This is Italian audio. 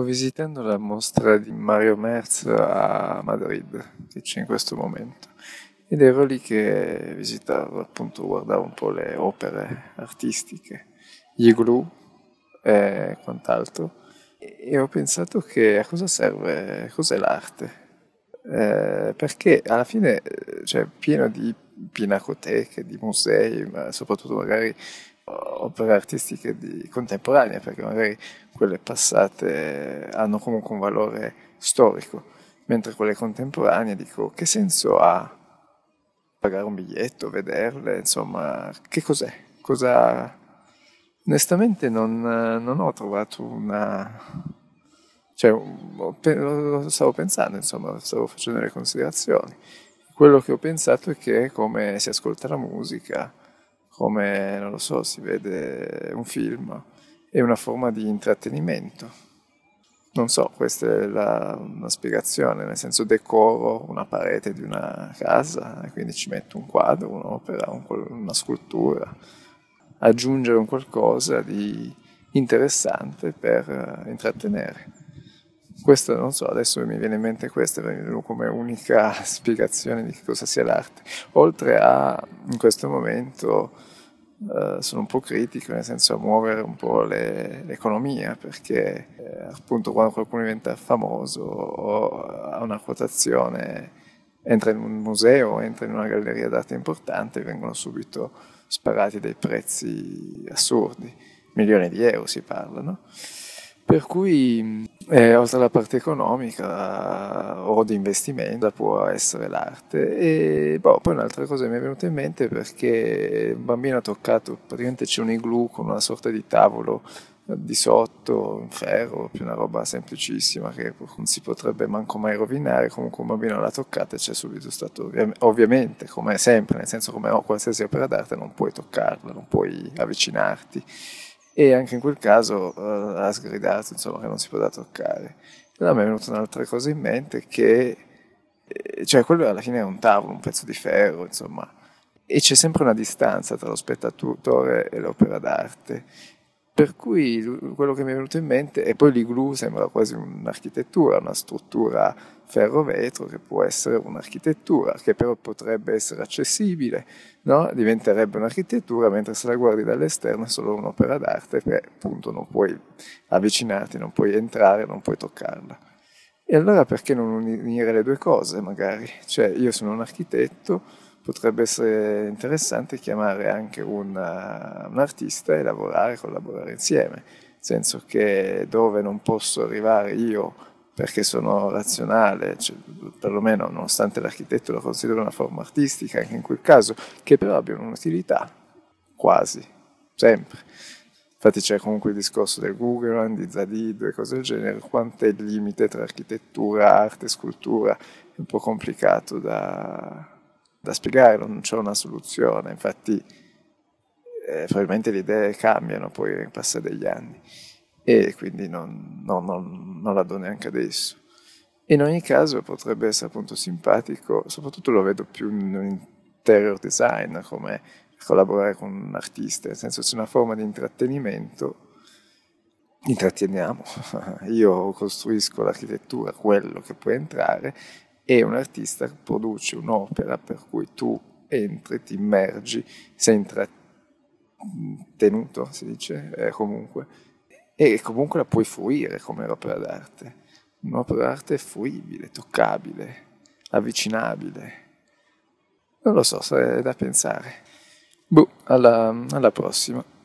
visitando la mostra di Mario Merz a Madrid, che c'è in questo momento, ed ero lì che visitavo, appunto, guardavo un po' le opere artistiche, gli igloo e quant'altro, e ho pensato che a cosa serve, cos'è l'arte? Perché alla fine c'è pieno di pinacoteche, di musei, ma soprattutto magari opere artistiche contemporanee, perché magari quelle passate hanno comunque un valore storico, mentre quelle contemporanee dico che senso ha pagare un biglietto, vederle, insomma, che cos'è? Cosa... Onestamente non ho trovato una... Cioè, lo stavo pensando, insomma, stavo facendo delle considerazioni. Quello che ho pensato è che è come si ascolta la musica, come, non lo so, si vede un film, è una forma di intrattenimento. Non so, questa è una spiegazione, nel senso decoro una parete di una casa e quindi ci metto un quadro, un'opera, una scultura, aggiungere un qualcosa di interessante per intrattenere. Questo non so, adesso mi viene in mente questo come unica spiegazione di che cosa sia l'arte. Oltre a, in questo momento, sono un po' critico, nel senso a muovere un po' l'economia, perché appunto quando qualcuno diventa famoso o ha una quotazione, entra in un museo, entra in una galleria d'arte importante, vengono subito sparati dei prezzi assurdi, milioni di euro si parla, no? Per cui, oltre alla parte economica o di investimento, può essere l'arte. E poi un'altra cosa mi è venuta in mente perché un bambino ha toccato, praticamente c'è un igloo con una sorta di tavolo di sotto, in ferro, più una roba semplicissima che non si potrebbe manco mai rovinare. Comunque un bambino l'ha toccata e c'è subito stato, ovviamente, come sempre, nel senso come qualsiasi opera d'arte, non puoi toccarla, non puoi avvicinarti. E anche in quel caso ha sgridato, insomma, che non si poteva toccare. E a me è venuta un'altra cosa in mente che, cioè, quello alla fine è un tavolo, un pezzo di ferro, insomma, e c'è sempre una distanza tra lo spettatore e l'opera d'arte. Per cui quello che mi è venuto in mente, e poi l'igloo sembra quasi un'architettura, una struttura ferro-vetro che può essere un'architettura, che però potrebbe essere accessibile, no? Diventerebbe un'architettura, mentre se la guardi dall'esterno è solo un'opera d'arte, perché appunto non puoi avvicinarti, non puoi entrare, non puoi toccarla. E allora perché non unire le due cose, magari? Cioè, io sono un architetto, potrebbe essere interessante chiamare anche un artista e collaborare insieme, nel senso che dove non posso arrivare io perché sono razionale, cioè, perlomeno nonostante l'architetto lo considero una forma artistica, anche in quel caso, che però abbia un'utilità, quasi, sempre. Infatti c'è comunque il discorso del Guggenheim, di Zadid e cose del genere, quanto è il limite tra architettura, arte, scultura, è un po' complicato da spiegare, non c'è una soluzione, infatti probabilmente le idee cambiano poi nel passare degli anni e quindi non la do neanche adesso. In ogni caso potrebbe essere appunto simpatico, soprattutto lo vedo più in interior design, come collaborare con un artista, nel senso c'è una forma di intrattenimento, intratteniamo, io costruisco l'architettura, quello che può entrare, e un artista produce un'opera per cui tu entri, ti immergi, sei intrattenuto, si dice, comunque, e comunque la puoi fruire come opera d'arte. Un'opera d'arte è fruibile, toccabile, avvicinabile. Non lo so, sarebbe da pensare. Boh, alla prossima.